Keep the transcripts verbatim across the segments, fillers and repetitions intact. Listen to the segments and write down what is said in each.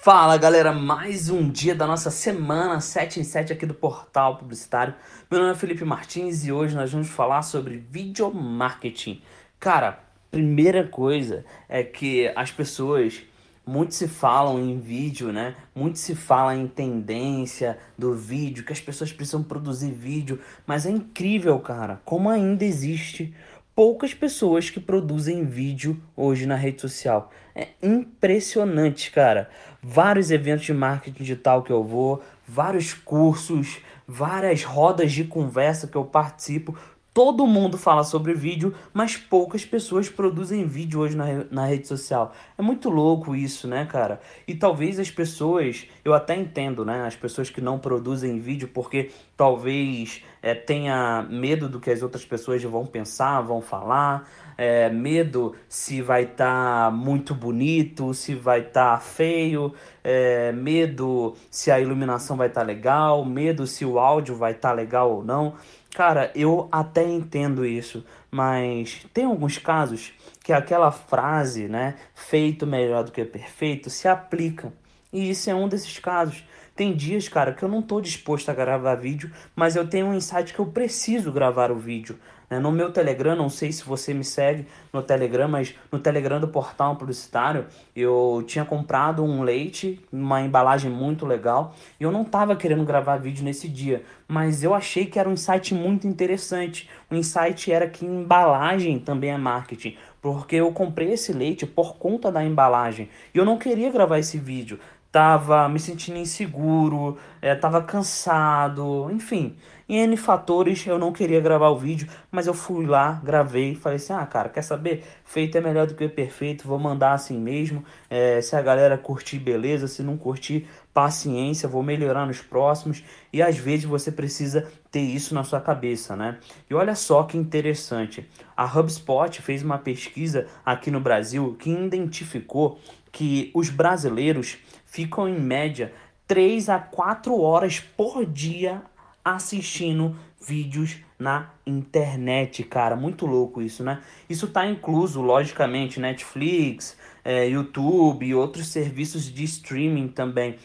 Fala galera, mais um dia da nossa semana sete em sete aqui do Portal Publicitário. Meu nome é Felipe Martins e hoje nós vamos falar sobre video marketing. Cara, primeira coisa é que as pessoas, muito se falam em vídeo, né? Muito se fala em tendência do vídeo, que as pessoas precisam produzir vídeo, mas é incrível, cara, como ainda existe poucas pessoas que produzem vídeo hoje na rede social. É impressionante, cara. Vários eventos de marketing digital que eu vou, vários cursos, várias rodas de conversa que eu participo. Todo mundo fala sobre vídeo, mas poucas pessoas produzem vídeo hoje na, re- na rede social. É muito louco isso, né, cara? E talvez as pessoas, eu até entendo, né? As pessoas que não produzem vídeo porque talvez é, tenha medo do que as outras pessoas vão pensar, vão falar, é, medo se vai estar muito bonito, se vai estar feio, é, medo se a iluminação vai estar legal, medo se o áudio vai estar legal ou não. Cara, eu até entendo isso, mas tem alguns casos que aquela frase, né, feito melhor do que perfeito, se aplica. E isso é um desses casos. Tem dias, cara, que eu não tô disposto a gravar vídeo, mas eu tenho um insight que eu preciso gravar o vídeo, né? No meu Telegram, não sei se você me segue no Telegram, mas no Telegram do Portal Publicitário, eu tinha comprado um leite, uma embalagem muito legal, e eu não tava querendo gravar vídeo nesse dia, mas eu achei que era um insight muito interessante. O insight era que embalagem também é marketing, porque eu comprei esse leite por conta da embalagem, e eu não queria gravar esse vídeo. Tava me sentindo inseguro, eh, tava cansado, enfim, em N fatores eu não queria gravar o vídeo, mas eu fui lá, gravei e falei assim: ah, cara, quer saber? Feito é melhor do que perfeito, vou mandar assim mesmo. Eh, se a galera curtir, beleza, se não curtir, paciência, vou melhorar nos próximos. E às vezes você precisa ter isso na sua cabeça, né? E olha só que interessante, a HubSpot fez uma pesquisa aqui no Brasil que identificou que os brasileiros ficam em média três a quatro horas por dia assistindo vídeos na internet, cara. Muito louco isso, né? Isso tá incluso, logicamente, Netflix, é, YouTube e outros serviços de streaming também.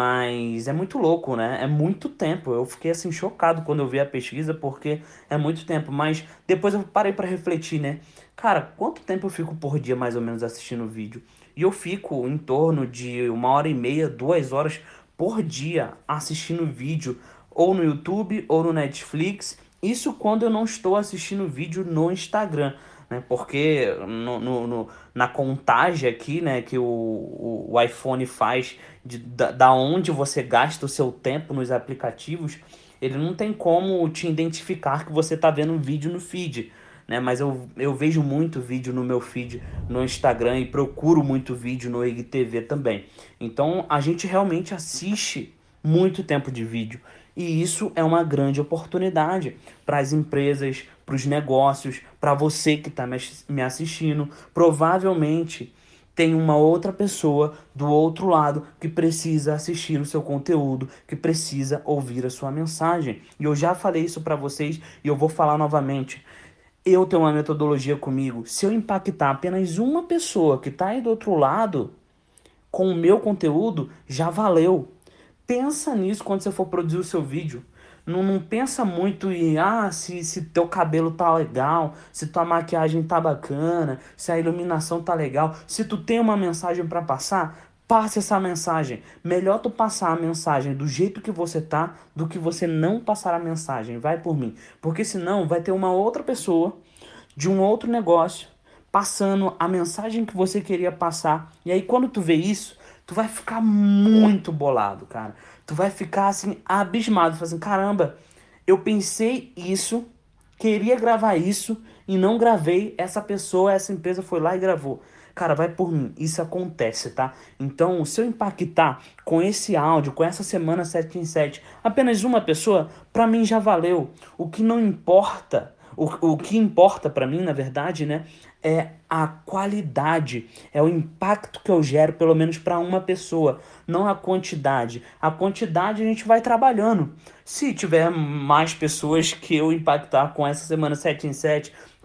Mas é muito louco, né? É muito tempo. Eu fiquei assim chocado quando eu vi a pesquisa, porque é muito tempo. Mas depois eu parei para refletir, né? Cara, quanto tempo eu fico por dia mais ou menos assistindo vídeo? E eu fico em torno de uma hora e meia, duas horas por dia assistindo vídeo, ou no YouTube ou no Netflix. Isso quando eu não estou assistindo vídeo no Instagram, né? Porque no, no, no- na contagem aqui, né, que o, o, o iPhone faz de, da, da onde você gasta o seu tempo nos aplicativos, ele não tem como te identificar que você está vendo um vídeo no feed, né? Mas eu, eu vejo muito vídeo no meu feed no Instagram e procuro muito vídeo no I G T V também. Então a gente realmente assiste muito tempo de vídeo. E isso é uma grande oportunidade para as empresas, para os negócios, para você que está me assistindo. Provavelmente tem uma outra pessoa do outro lado que precisa assistir o seu conteúdo, que precisa ouvir a sua mensagem. E eu já falei isso para vocês e eu vou falar novamente. Eu tenho uma metodologia comigo. Se eu impactar apenas uma pessoa que está aí do outro lado com o meu conteúdo, já valeu. Pensa nisso quando você for produzir o seu vídeo. Não, não pensa muito em ah, se, se teu cabelo tá legal, se tua maquiagem tá bacana, se a iluminação tá legal. Se tu tem uma mensagem para passar, passe essa mensagem. Melhor tu passar a mensagem do jeito que você tá do que você não passar a mensagem. Vai por mim. Porque senão vai ter uma outra pessoa de um outro negócio passando a mensagem que você queria passar. E aí quando tu vê isso, tu vai ficar muito bolado, cara. Tu vai ficar assim abismado, fazendo, caramba, eu pensei isso, queria gravar isso e não gravei. Essa pessoa, essa empresa foi lá e gravou. Cara, vai por mim, isso acontece, tá? Então, se eu impactar com esse áudio, com essa semana sete em sete, apenas uma pessoa, pra mim já valeu. O que não importa, o, o que importa pra mim, na verdade, né, é a qualidade, é o impacto que eu gero, pelo menos para uma pessoa, não a quantidade. A quantidade a gente vai trabalhando. Se tiver mais pessoas que eu impactar com essa semana sete em sete,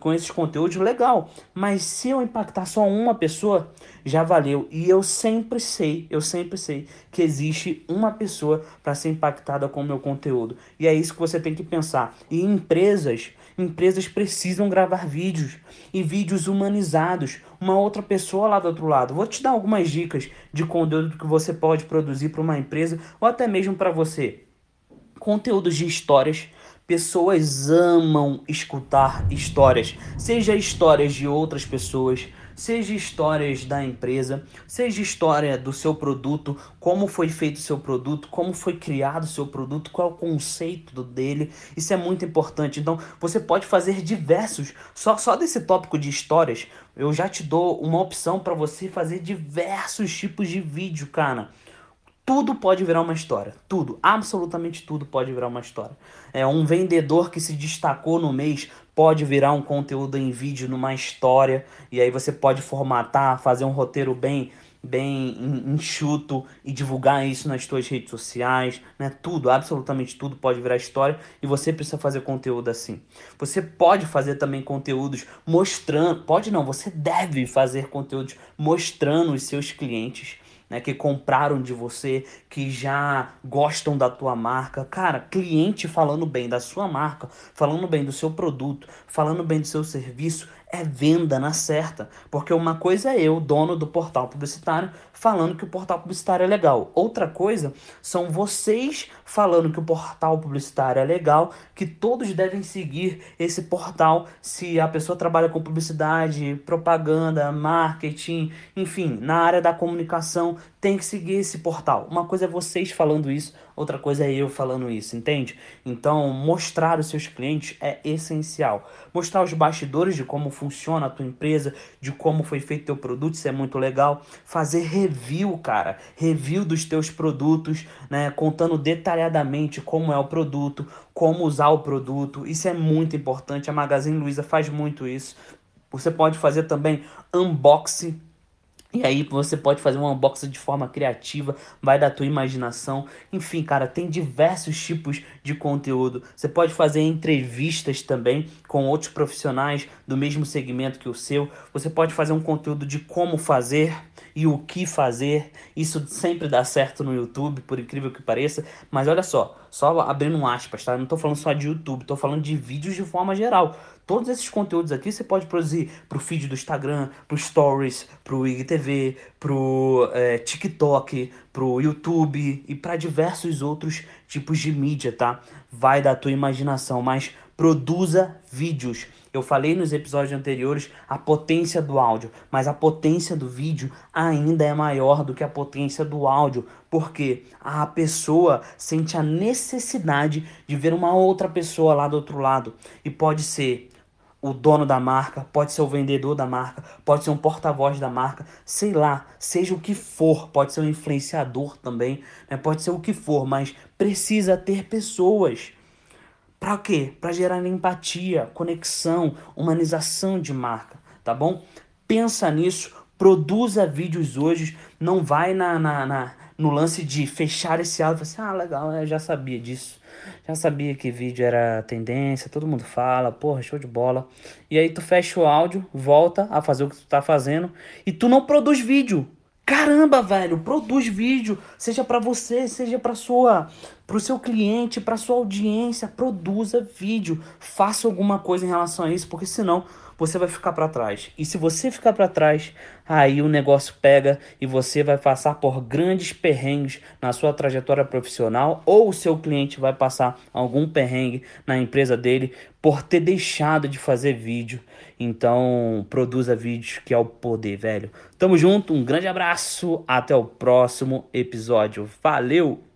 com esses conteúdos, legal. Mas se eu impactar só uma pessoa, já valeu. E eu sempre sei, eu sempre sei que existe uma pessoa para ser impactada com o meu conteúdo. E é isso que você tem que pensar. E empresas, empresas precisam gravar vídeos. E vídeos humanizados. Uma outra pessoa lá do outro lado. Vou te dar algumas dicas de conteúdo que você pode produzir para uma empresa ou até mesmo para você. Conteúdos de histórias. Pessoas amam escutar histórias, seja histórias de outras pessoas, seja histórias da empresa, seja história do seu produto, como foi feito o seu produto, como foi criado o seu produto, qual é o conceito dele. Isso é muito importante. Então, você pode fazer diversos, só, só desse tópico de histórias, eu já te dou uma opção para você fazer diversos tipos de vídeo, cara. Tudo pode virar uma história, tudo, absolutamente tudo pode virar uma história. É um vendedor que se destacou no mês pode virar um conteúdo em vídeo numa história, e aí você pode formatar, fazer um roteiro bem, bem enxuto e divulgar isso nas suas redes sociais, né? Tudo, absolutamente tudo pode virar história e você precisa fazer conteúdo assim. Você pode fazer também conteúdos mostrando, pode não, você deve fazer conteúdos mostrando os seus clientes, né, que compraram de você, que já gostam da tua marca. Cara, cliente falando bem da sua marca, falando bem do seu produto, falando bem do seu serviço, é venda na certa. Porque uma coisa é eu, dono do portal publicitário, falando que o portal publicitário é legal. Outra coisa são vocês falando que o portal publicitário é legal, que todos devem seguir esse portal se a pessoa trabalha com publicidade, propaganda, marketing, enfim, na área da comunicação, tem que seguir esse portal. Uma coisa é vocês falando isso, outra coisa é eu falando isso, entende? Então, mostrar os seus clientes é essencial. Mostrar os bastidores de como funciona a tua empresa, de como foi feito teu produto, isso é muito legal. Fazer review, cara, review dos teus produtos, né, contando detalhadamente como é o produto, como usar o produto, isso é muito importante, a Magazine Luiza faz muito isso. Você pode fazer também unboxing. E aí você pode fazer um unboxing de forma criativa, vai da tua imaginação. Enfim, cara, tem diversos tipos de conteúdo. Você pode fazer entrevistas também com outros profissionais do mesmo segmento que o seu. Você pode fazer um conteúdo de como fazer e o que fazer. Isso sempre dá certo no YouTube, por incrível que pareça. Mas olha só, só abrindo um aspas, tá? Eu não tô falando só de YouTube, tô falando de vídeos de forma geral. Todos esses conteúdos aqui você pode produzir pro feed do Instagram, pro Stories, pro I G T V, pro é, TikTok, pro YouTube e para diversos outros tipos de mídia, tá? Vai da tua imaginação, mas produza vídeos. Eu falei nos episódios anteriores a potência do áudio, mas a potência do vídeo ainda é maior do que a potência do áudio, porque a pessoa sente a necessidade de ver uma outra pessoa lá do outro lado, e pode ser o dono da marca, pode ser o vendedor da marca, pode ser um porta-voz da marca, sei lá, seja o que for, pode ser um influenciador também, né? Pode ser o que for, mas precisa ter pessoas. Para quê? Para gerar empatia, conexão, humanização de marca, tá bom? Pensa nisso, produza vídeos hoje, não vai na, na, na, no lance de fechar esse áudio e falar assim, ah, legal, eu já sabia disso. Já sabia que vídeo era tendência, todo mundo fala, porra, show de bola. E aí tu fecha o áudio, volta a fazer o que tu tá fazendo e tu não produz vídeo. Caramba, velho, produz vídeo, seja para você, seja para sua, pro seu cliente, para sua audiência, produza vídeo, faça alguma coisa em relação a isso, porque senão você vai ficar para trás. E se você ficar para trás, aí o negócio pega e você vai passar por grandes perrengues na sua trajetória profissional, ou o seu cliente vai passar algum perrengue na empresa dele por ter deixado de fazer vídeo. Então, produza vídeos, que é o poder, velho. Tamo junto, um grande abraço, até o próximo episódio. Valeu!